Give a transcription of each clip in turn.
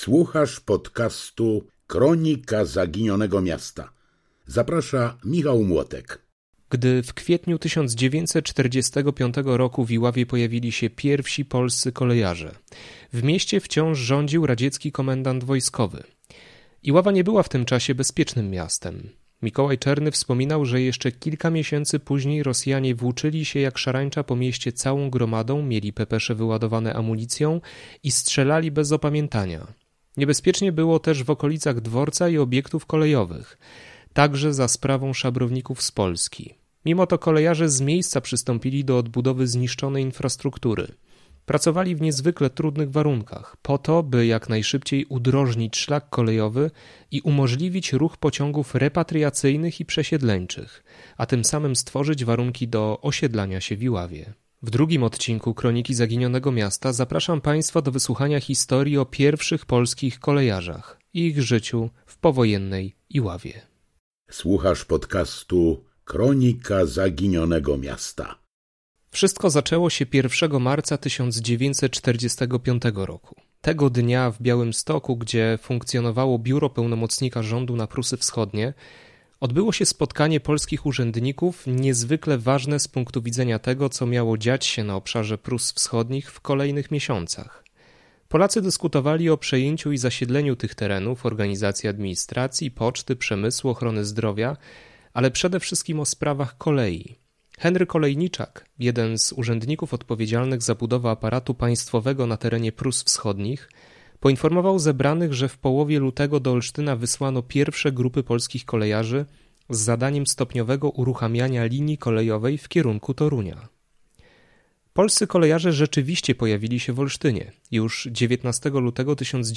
Słuchasz podcastu Kronika Zaginionego Miasta. Zaprasza Michał Młotek. Gdy w kwietniu 1945 roku w Iławie pojawili się pierwsi polscy kolejarze, w mieście wciąż rządził radziecki komendant wojskowy. Iława nie była w tym czasie bezpiecznym miastem. Mikołaj Czerny wspominał, że jeszcze kilka miesięcy później Rosjanie włóczyli się jak szarańcza po mieście całą gromadą, mieli pepesze wyładowane amunicją i strzelali bez opamiętania. Niebezpiecznie było też w okolicach dworca i obiektów kolejowych, także za sprawą szabrowników z Polski. Mimo to kolejarze z miejsca przystąpili do odbudowy zniszczonej infrastruktury. Pracowali w niezwykle trudnych warunkach, po to, by jak najszybciej udrożnić szlak kolejowy i umożliwić ruch pociągów repatriacyjnych i przesiedleńczych, a tym samym stworzyć warunki do osiedlania się w Iławie. W drugim odcinku Kroniki Zaginionego Miasta zapraszam Państwa do wysłuchania historii o pierwszych polskich kolejarzach i ich życiu w powojennej Iławie. Słuchasz podcastu Kronika Zaginionego Miasta. Wszystko zaczęło się 1 marca 1945 roku. Tego dnia w Białymstoku, gdzie funkcjonowało biuro pełnomocnika rządu na Prusy Wschodnie, odbyło się spotkanie polskich urzędników niezwykle ważne z punktu widzenia tego, co miało dziać się na obszarze Prus Wschodnich w kolejnych miesiącach. Polacy dyskutowali o przejęciu i zasiedleniu tych terenów, organizacji administracji, poczty, przemysłu, ochrony zdrowia, ale przede wszystkim o sprawach kolei. Henryk Olejniczak, jeden z urzędników odpowiedzialnych za budowę aparatu państwowego na terenie Prus Wschodnich, poinformował zebranych, że w połowie lutego do Olsztyna wysłano pierwsze grupy polskich kolejarzy z zadaniem stopniowego uruchamiania linii kolejowej w kierunku Torunia. Polscy kolejarze rzeczywiście pojawili się w Olsztynie już 19 lutego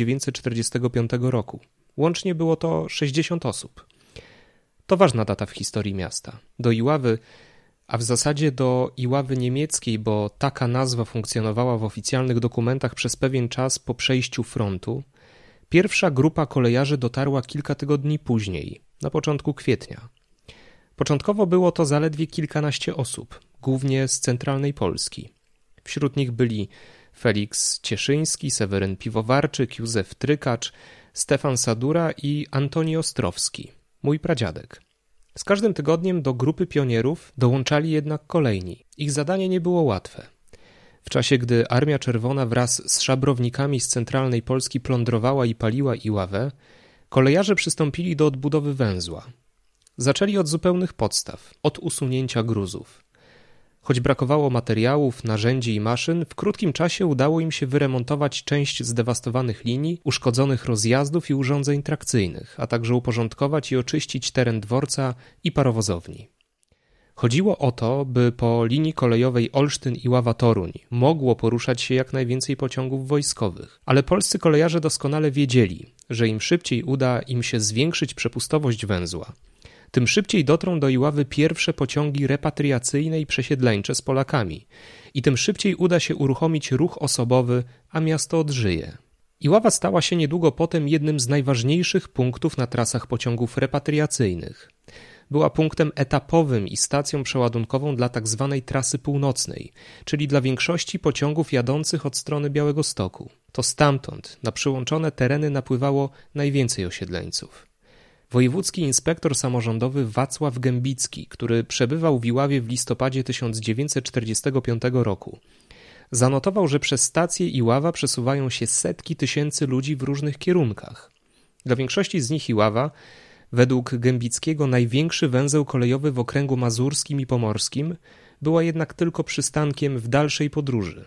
1945 roku. Łącznie było to 60 osób. To ważna data w historii miasta. Do Iławy, a w zasadzie do Iławy niemieckiej, bo taka nazwa funkcjonowała w oficjalnych dokumentach przez pewien czas po przejściu frontu, pierwsza grupa kolejarzy dotarła kilka tygodni później, na początku kwietnia. Początkowo było to zaledwie kilkanaście osób, głównie z centralnej Polski. Wśród nich byli Feliks Cieszyński, Seweryn Piwowarczyk, Józef Trykacz, Stefan Sadura i Antoni Ostrowski, mój pradziadek. Z każdym tygodniem do grupy pionierów dołączali jednak kolejni. Ich zadanie nie było łatwe. W czasie, gdy Armia Czerwona wraz z szabrownikami z centralnej Polski plądrowała i paliła Iławę, kolejarze przystąpili do odbudowy węzła. Zaczęli od zupełnych podstaw, od usunięcia gruzów. Choć brakowało materiałów, narzędzi i maszyn, w krótkim czasie udało im się wyremontować część zdewastowanych linii, uszkodzonych rozjazdów i urządzeń trakcyjnych, a także uporządkować i oczyścić teren dworca i parowozowni. Chodziło o to, by po linii kolejowej Olsztyn-Iława-Toruń mogło poruszać się jak najwięcej pociągów wojskowych, ale polscy kolejarze doskonale wiedzieli, że im szybciej uda im się zwiększyć przepustowość węzła, tym szybciej dotrą do Iławy pierwsze pociągi repatriacyjne i przesiedleńcze z Polakami i tym szybciej uda się uruchomić ruch osobowy, a miasto odżyje. Iława stała się niedługo potem jednym z najważniejszych punktów na trasach pociągów repatriacyjnych. Była punktem etapowym i stacją przeładunkową dla tzw. trasy północnej, czyli dla większości pociągów jadących od strony Białegostoku. To stamtąd na przyłączone tereny napływało najwięcej osiedleńców. Wojewódzki inspektor samorządowy Wacław Gębicki, który przebywał w Iławie w listopadzie 1945 roku, zanotował, że przez stację Iława przesuwają się setki tysięcy ludzi w różnych kierunkach. Dla większości z nich Iława, według Gębickiego największy węzeł kolejowy w okręgu mazurskim i pomorskim, była jednak tylko przystankiem w dalszej podróży.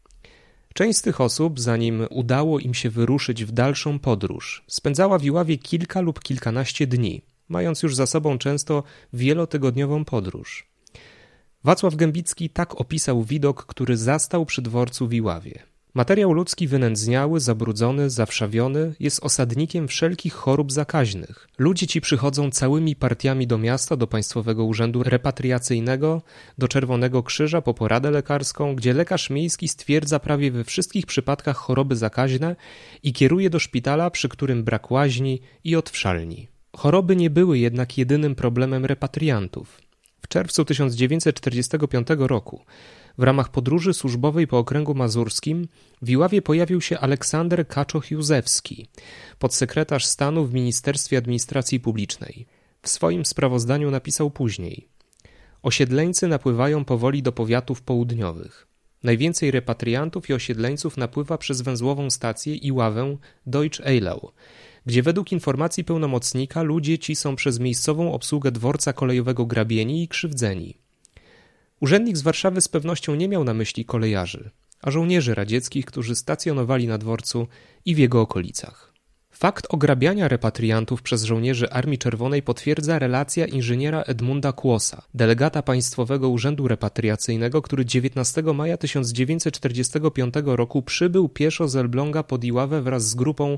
Część z tych osób, zanim udało im się wyruszyć w dalszą podróż, spędzała w Iławie kilka lub kilkanaście dni, mając już za sobą często wielotygodniową podróż. Wacław Gębicki tak opisał widok, który zastał przy dworcu w Iławie. Materiał ludzki wynędzniały, zabrudzony, zawszawiony jest osadnikiem wszelkich chorób zakaźnych. Ludzie ci przychodzą całymi partiami do miasta, do Państwowego Urzędu Repatriacyjnego, do Czerwonego Krzyża po poradę lekarską, gdzie lekarz miejski stwierdza prawie we wszystkich przypadkach choroby zakaźne i kieruje do szpitala, przy którym brak łaźni i odwszalni. Choroby nie były jednak jedynym problemem repatriantów. W czerwcu 1945 roku W ramach podróży służbowej po okręgu mazurskim w Iławie pojawił się Aleksander Kaczoch-Józefski, podsekretarz stanu w Ministerstwie Administracji Publicznej. W swoim sprawozdaniu napisał później: osiedleńcy napływają powoli do powiatów południowych. Najwięcej repatriantów i osiedleńców napływa przez węzłową stację Iławę Deutsch-Eylau, gdzie według informacji pełnomocnika ludzie ci są przez miejscową obsługę dworca kolejowego grabieni i krzywdzeni. Urzędnik z Warszawy z pewnością nie miał na myśli kolejarzy, a żołnierzy radzieckich, którzy stacjonowali na dworcu i w jego okolicach. Fakt ograbiania repatriantów przez żołnierzy Armii Czerwonej potwierdza relacja inżyniera Edmunda Kłosa, delegata Państwowego Urzędu Repatriacyjnego, który 19 maja 1945 roku przybył pieszo z Elbląga pod Iławę wraz z grupą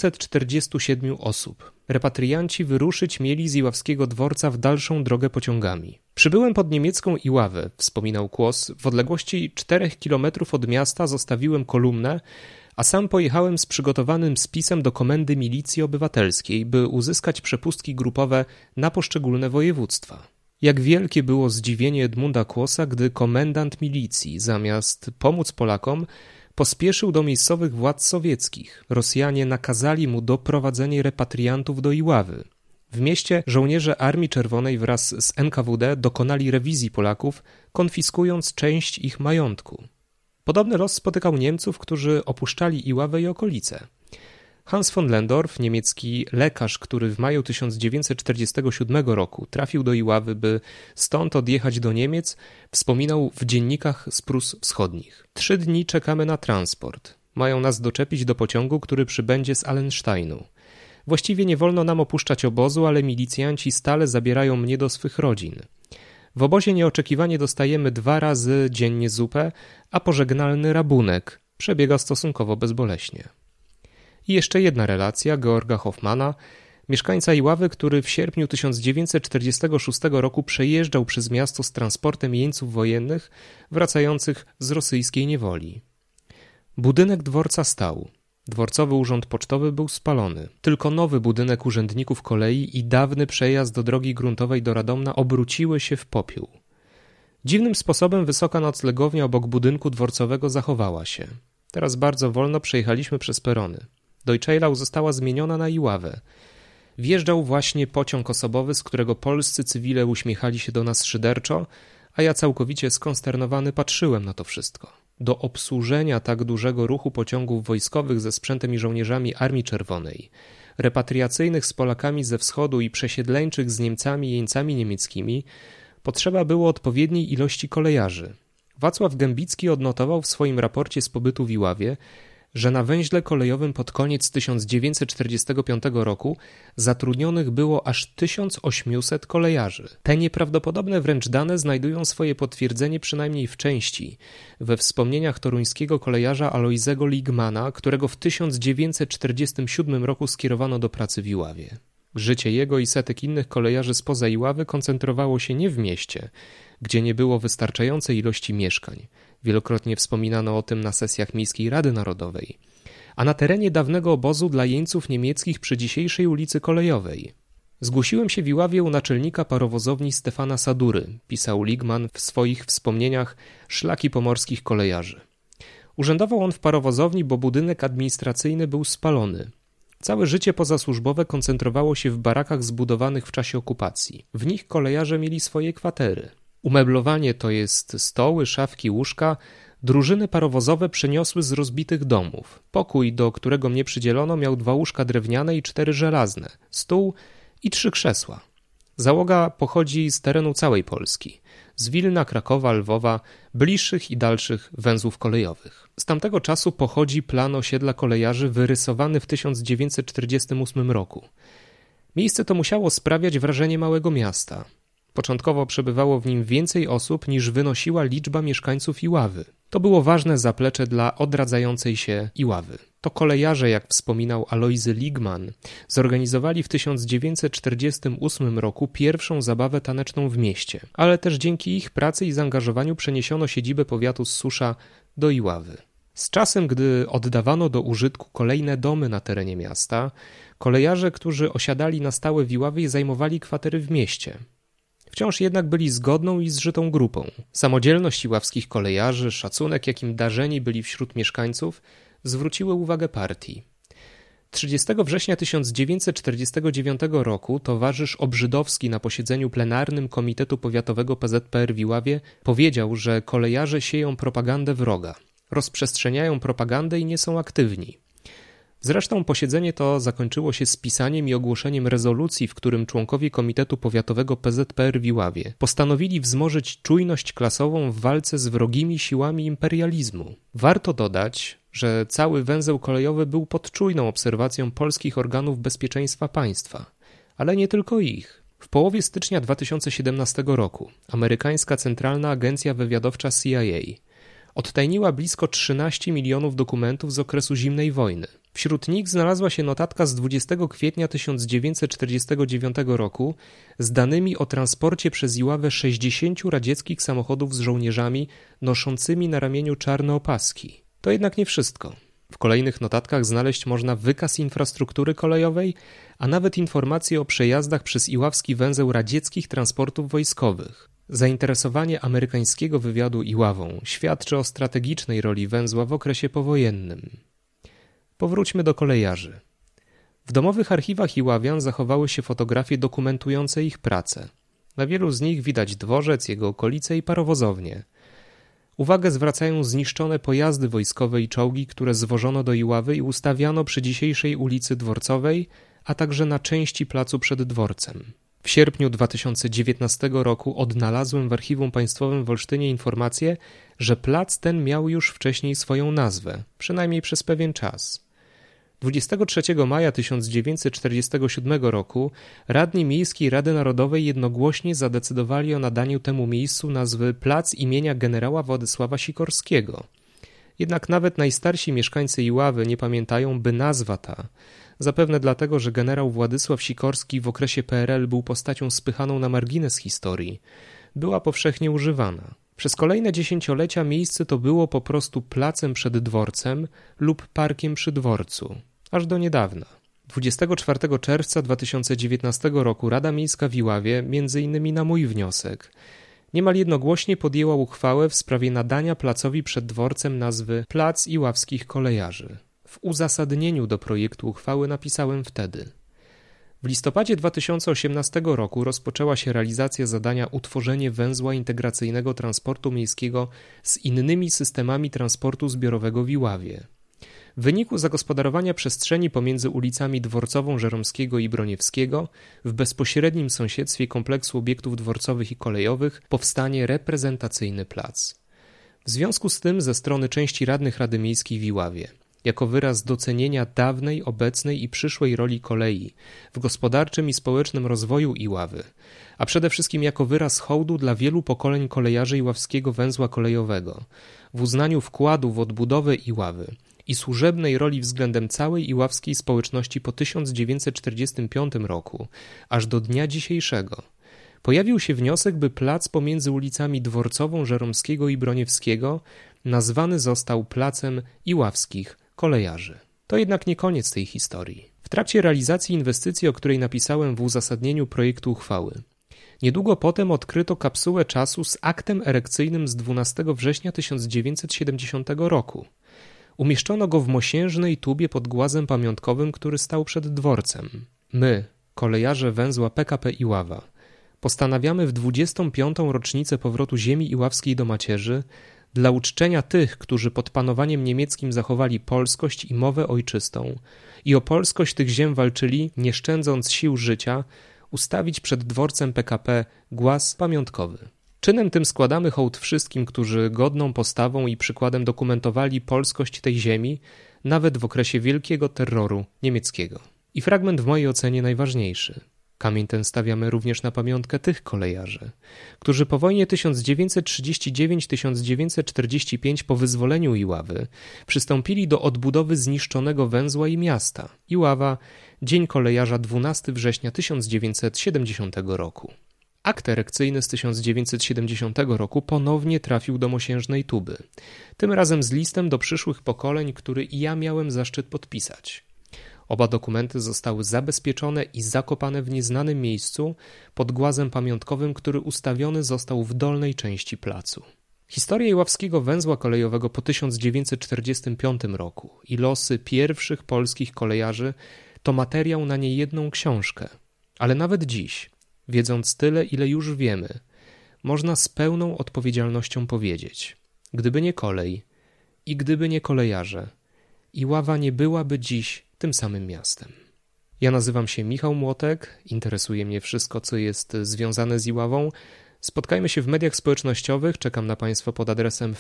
547 osób. Repatrianci wyruszyć mieli z iławskiego dworca w dalszą drogę pociągami. Przybyłem pod niemiecką Iławę, wspominał Kłos, w odległości 4 kilometrów od miasta zostawiłem kolumnę, a sam pojechałem z przygotowanym spisem do Komendy Milicji Obywatelskiej, by uzyskać przepustki grupowe na poszczególne województwa. Jak wielkie było zdziwienie Edmunda Kłosa, gdy komendant milicji, zamiast pomóc Polakom, pospieszył do miejscowych władz sowieckich. Rosjanie nakazali mu doprowadzenie repatriantów do Iławy. W mieście żołnierze Armii Czerwonej wraz z NKWD dokonali rewizji Polaków, konfiskując część ich majątku. Podobny los spotykał Niemców, którzy opuszczali Iławę i okolice. Hans von Lendorf, niemiecki lekarz, który w maju 1947 roku trafił do Iławy, by stąd odjechać do Niemiec, wspominał w dziennikach z Prus Wschodnich: 3 dni czekamy na transport. Mają nas doczepić do pociągu, który przybędzie z Allensteinu. Właściwie nie wolno nam opuszczać obozu, ale milicjanci stale zabierają mnie do swych rodzin. W obozie nieoczekiwanie dostajemy 2 razy dziennie zupę, a pożegnalny rabunek przebiega stosunkowo bezboleśnie. I jeszcze jedna relacja Georga Hoffmana, mieszkańca Iławy, który w sierpniu 1946 roku przejeżdżał przez miasto z transportem jeńców wojennych wracających z rosyjskiej niewoli. Budynek dworca stał. Dworcowy urząd pocztowy był spalony. Tylko nowy budynek urzędników kolei i dawny przejazd do drogi gruntowej do Radomna obróciły się w popiół. Dziwnym sposobem wysoka noclegownia obok budynku dworcowego zachowała się. Teraz bardzo wolno przejechaliśmy przez perony. Deutsch-Eylau została zmieniona na Iławę. Wjeżdżał właśnie pociąg osobowy, z którego polscy cywile uśmiechali się do nas szyderczo, a ja całkowicie skonsternowany patrzyłem na to wszystko. Do obsłużenia tak dużego ruchu pociągów wojskowych ze sprzętem i żołnierzami Armii Czerwonej, repatriacyjnych z Polakami ze wschodu i przesiedleńczych z Niemcami i jeńcami niemieckimi, potrzeba było odpowiedniej ilości kolejarzy. Wacław Gębicki odnotował w swoim raporcie z pobytu w Iławie, że na węźle kolejowym pod koniec 1945 roku zatrudnionych było aż 1800 kolejarzy. Te nieprawdopodobne wręcz dane znajdują swoje potwierdzenie przynajmniej w części we wspomnieniach toruńskiego kolejarza Alojzego Ligmana, którego w 1947 roku skierowano do pracy w Iławie. Życie jego i setek innych kolejarzy spoza Iławy koncentrowało się nie w mieście, gdzie nie było wystarczającej ilości mieszkań. Wielokrotnie wspominano o tym na sesjach Miejskiej Rady Narodowej, a na terenie dawnego obozu dla jeńców niemieckich przy dzisiejszej ulicy Kolejowej. Zgłosiłem się w Iławie u naczelnika parowozowni Stefana Sadury, pisał Ligman w swoich wspomnieniach Szlaki pomorskich kolejarzy. Urzędował on w parowozowni, bo budynek administracyjny był spalony. Całe życie pozasłużbowe koncentrowało się w barakach zbudowanych w czasie okupacji. W nich kolejarze mieli swoje kwatery. Umeblowanie, to jest stoły, szafki, łóżka, drużyny parowozowe przeniosły z rozbitych domów. Pokój, do którego mnie przydzielono, miał 2 łóżka drewniane i 4 żelazne, stół i 3 krzesła. Załoga pochodzi z terenu całej Polski, z Wilna, Krakowa, Lwowa, bliższych i dalszych węzłów kolejowych. Z tamtego czasu pochodzi plan osiedla kolejarzy wyrysowany w 1948 roku. Miejsce to musiało sprawiać wrażenie małego miasta. Początkowo przebywało w nim więcej osób niż wynosiła liczba mieszkańców Iławy. To było ważne zaplecze dla odradzającej się Iławy. To kolejarze, jak wspominał Alojzy Ligman, zorganizowali w 1948 roku pierwszą zabawę taneczną w mieście, ale też dzięki ich pracy i zaangażowaniu przeniesiono siedzibę powiatu z Susza do Iławy. Z czasem, gdy oddawano do użytku kolejne domy na terenie miasta, kolejarze, którzy osiadali na stałe w Iławie, zajmowali kwatery w mieście. Wciąż jednak byli zgodną i zżytą grupą. Samodzielność iławskich kolejarzy, szacunek, jakim darzeni byli wśród mieszkańców, zwróciły uwagę partii. 30 września 1949 roku towarzysz Obrzydowski na posiedzeniu plenarnym Komitetu Powiatowego PZPR w Iławie powiedział, że kolejarze sieją propagandę wroga, rozprzestrzeniają propagandę i nie są aktywni. Zresztą posiedzenie to zakończyło się spisaniem i ogłoszeniem rezolucji, w którym członkowie Komitetu Powiatowego PZPR w Iławie postanowili wzmożyć czujność klasową w walce z wrogimi siłami imperializmu. Warto dodać, że cały węzeł kolejowy był pod czujną obserwacją polskich organów bezpieczeństwa państwa, ale nie tylko ich. W połowie stycznia 2017 roku amerykańska Centralna Agencja Wywiadowcza CIA odtajniła blisko 13 milionów dokumentów z okresu zimnej wojny. Wśród nich znalazła się notatka z 20 kwietnia 1949 roku z danymi o transporcie przez Iławę 60 radzieckich samochodów z żołnierzami noszącymi na ramieniu czarne opaski. To jednak nie wszystko. W kolejnych notatkach znaleźć można wykaz infrastruktury kolejowej, a nawet informacje o przejazdach przez iławski węzeł radzieckich transportów wojskowych. Zainteresowanie amerykańskiego wywiadu Iławą świadczy o strategicznej roli węzła w okresie powojennym. Powróćmy do kolejarzy. W domowych archiwach Iławian zachowały się fotografie dokumentujące ich pracę. Na wielu z nich widać dworzec, jego okolice i parowozownie. Uwagę zwracają zniszczone pojazdy wojskowe i czołgi, które zwożono do Iławy i ustawiano przy dzisiejszej ulicy Dworcowej, a także na części placu przed dworcem. W sierpniu 2019 roku odnalazłem w Archiwum Państwowym w Olsztynie informację, że plac ten miał już wcześniej swoją nazwę, przynajmniej przez pewien czas. 23 maja 1947 roku radni Miejskiej Rady Narodowej jednogłośnie zadecydowali o nadaniu temu miejscu nazwy Plac imienia generała Władysława Sikorskiego. Jednak nawet najstarsi mieszkańcy Iławy nie pamiętają, by nazwa ta, zapewne dlatego, że generał Władysław Sikorski w okresie PRL był postacią spychaną na margines historii, była powszechnie używana. Przez kolejne dziesięciolecia miejsce to było po prostu placem przed dworcem lub parkiem przy dworcu, aż do niedawna. 24 czerwca 2019 roku Rada Miejska w Iławie, m.in. na mój wniosek, niemal jednogłośnie podjęła uchwałę w sprawie nadania placowi przed dworcem nazwy Plac Iławskich Kolejarzy. W uzasadnieniu do projektu uchwały napisałem wtedy: w listopadzie 2018 roku rozpoczęła się realizacja zadania utworzenie węzła integracyjnego transportu miejskiego z innymi systemami transportu zbiorowego w Iławie. W wyniku zagospodarowania przestrzeni pomiędzy ulicami Dworcową, Żeromskiego i Broniewskiego w bezpośrednim sąsiedztwie kompleksu obiektów dworcowych i kolejowych powstanie reprezentacyjny plac. W związku z tym ze strony części radnych Rady Miejskiej w Iławie, jako wyraz docenienia dawnej, obecnej i przyszłej roli kolei w gospodarczym i społecznym rozwoju Iławy, a przede wszystkim jako wyraz hołdu dla wielu pokoleń kolejarzy iławskiego węzła kolejowego, w uznaniu wkładu w odbudowę Iławy i służebnej roli względem całej iławskiej społeczności po 1945 roku, aż do dnia dzisiejszego, pojawił się wniosek, by plac pomiędzy ulicami Dworcową, Żeromskiego i Broniewskiego nazwany został Placem Iławskich Kolejarzy. To jednak nie koniec tej historii. W trakcie realizacji inwestycji, o której napisałem w uzasadnieniu projektu uchwały, niedługo potem odkryto kapsułę czasu z aktem erekcyjnym z 12 września 1970 roku. Umieszczono go w mosiężnej tubie pod głazem pamiątkowym, który stał przed dworcem. My, kolejarze węzła PKP Iława, postanawiamy w 25. rocznicę powrotu ziemi iławskiej do macierzy dla uczczenia tych, którzy pod panowaniem niemieckim zachowali polskość i mowę ojczystą i o polskość tych ziem walczyli, nie szczędząc sił życia, ustawić przed dworcem PKP głaz pamiątkowy. Czynem tym składamy hołd wszystkim, którzy godną postawą i przykładem dokumentowali polskość tej ziemi, nawet w okresie wielkiego terroru niemieckiego. I fragment w mojej ocenie najważniejszy. Kamień ten stawiamy również na pamiątkę tych kolejarzy, którzy po wojnie 1939-1945 po wyzwoleniu Iławy przystąpili do odbudowy zniszczonego węzła i miasta. Iława, Dzień Kolejarza, 12 września 1970 roku. Akt erekcyjny z 1970 roku ponownie trafił do mosiężnej tuby, tym razem z listem do przyszłych pokoleń, który i ja miałem zaszczyt podpisać. Oba dokumenty zostały zabezpieczone i zakopane w nieznanym miejscu pod głazem pamiątkowym, który ustawiony został w dolnej części placu. Historia Iławskiego węzła kolejowego po 1945 roku i losy pierwszych polskich kolejarzy to materiał na niejedną książkę. Ale nawet dziś, wiedząc tyle, ile już wiemy, można z pełną odpowiedzialnością powiedzieć: gdyby nie kolej i gdyby nie kolejarze, Iława nie byłaby dziś tym samym miastem. Ja nazywam się Michał Młotek, interesuje mnie wszystko, co jest związane z Iławą. Spotkajmy się w mediach społecznościowych, czekam na Państwa pod adresem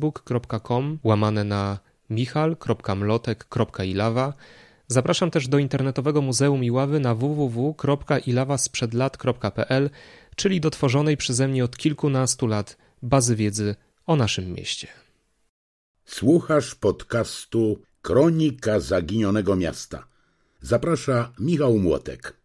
facebook.com/michal.mlotek.ilawa. Zapraszam też do internetowego Muzeum Iławy na www.ilawasprzedlat.pl, czyli do tworzonej przeze mnie od kilkunastu lat bazy wiedzy o naszym mieście. Słuchasz podcastu Kronika Zaginionego Miasta. Zaprasza Michał Młotek.